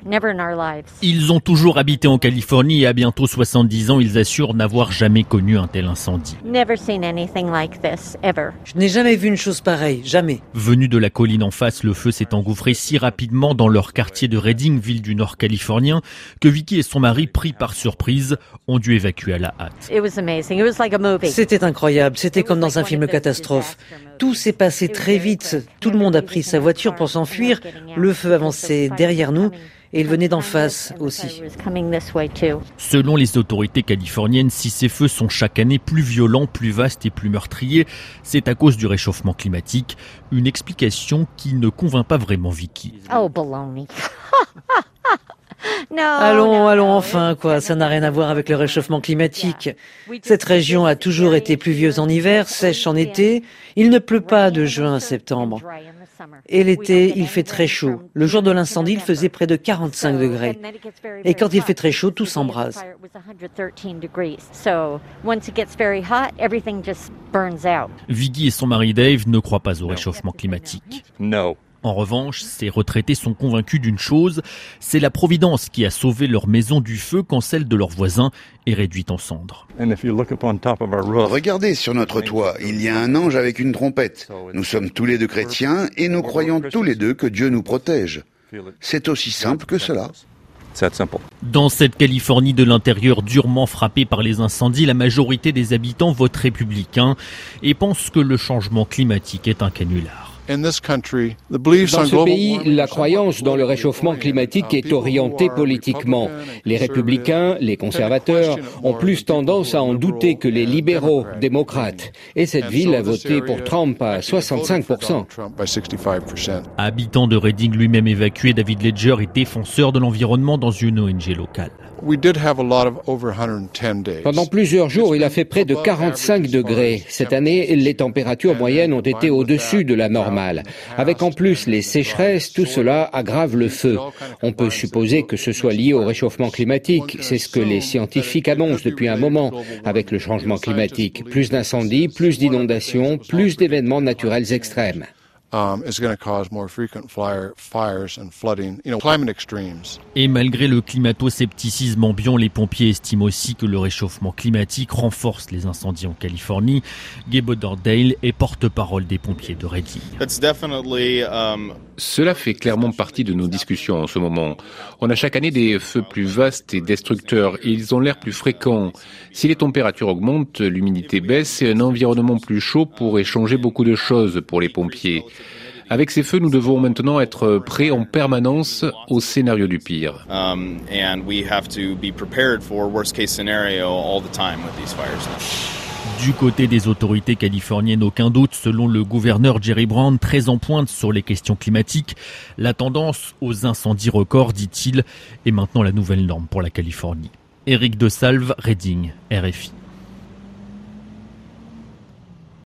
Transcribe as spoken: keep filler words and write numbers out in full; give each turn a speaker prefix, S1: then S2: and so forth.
S1: Ils ont toujours habité en Californie et à bientôt soixante-dix ans, ils assurent n'avoir jamais connu un tel incendie.
S2: Je n'ai jamais vu une chose pareille, jamais.
S1: Venu de la colline en face, le feu s'est engouffré si rapidement dans leur quartier de Redding, ville du nord californien, que Vicky et son mari, pris par surprise, ont dû évacuer à la hâte.
S2: C'était incroyable, c'était comme dans un film catastrophe. Tout s'est passé très vite, tout le monde a pris sa voiture pour s'enfuir, le feu avançait derrière nous et il venait d'en face aussi.
S1: Selon les autorités californiennes, si ces feux sont chaque année plus violents, plus vastes et plus meurtriers, c'est à cause du réchauffement climatique, une explication qui ne convainc pas vraiment Vicky.
S2: Oh, baloney. Non, allons, allons enfin, quoi. Ça n'a rien à voir avec le réchauffement climatique. Cette région a toujours été pluvieuse en hiver, sèche en été. Il ne pleut pas de juin à septembre. Et l'été, il fait très chaud. Le jour de l'incendie, il faisait près de quarante-cinq degrés. Et quand il fait très chaud, tout s'embrase.
S1: Viggy et son mari Dave ne croient pas au réchauffement climatique.
S3: Non.
S1: En revanche, ces retraités sont convaincus d'une chose, c'est la Providence qui a sauvé leur maison du feu quand celle de leurs voisins est réduite en cendres.
S4: Regardez sur notre toit, il y a un ange avec une trompette. Nous sommes tous les deux chrétiens et nous croyons tous les deux que Dieu nous protège. C'est aussi simple que cela.
S1: Dans cette Californie de l'intérieur durement frappée par les incendies, la majorité des habitants votent républicain et pensent que le changement climatique est un canular.
S5: Dans ce pays, la croyance dans le réchauffement climatique est orientée politiquement. Les républicains, les conservateurs ont plus tendance à en douter que les libéraux, démocrates. Et cette ville a voté pour Trump à soixante-cinq pour cent.
S1: Habitant de Redding lui-même évacué, David Ledger est défenseur de l'environnement dans une O N G locale.
S5: Pendant plusieurs jours, il a fait près de quarante-cinq degrés. Cette année, les températures moyennes ont été au-dessus de la normale. Avec en plus les sécheresses, tout cela aggrave le feu. On peut supposer que ce soit lié au réchauffement climatique. C'est ce que les scientifiques annoncent depuis un moment avec le changement climatique. Plus d'incendies, plus d'inondations, plus d'événements naturels extrêmes.
S1: Et malgré le climato-scepticisme ambiant, les pompiers estiment aussi que le réchauffement climatique renforce les incendies en Californie. Gabe Otterdale est porte-parole des pompiers de Redding.
S6: Cela fait clairement partie de nos discussions en ce moment. On a chaque année des feux plus vastes et destructeurs et ils ont l'air plus fréquents. Si les températures augmentent, l'humidité baisse et un environnement plus chaud pourrait changer beaucoup de choses pour les pompiers. Avec ces feux, nous devons maintenant être prêts en permanence au scénario du pire.
S3: Um, and we have to be prepared for worst case scenario all the time with these fires.
S1: Du côté des autorités californiennes, aucun doute, selon le gouverneur Jerry Brown, très en pointe sur les questions climatiques. La tendance aux incendies records, dit-il, est maintenant la nouvelle norme pour la Californie. Éric de Salve, Redding, R F I.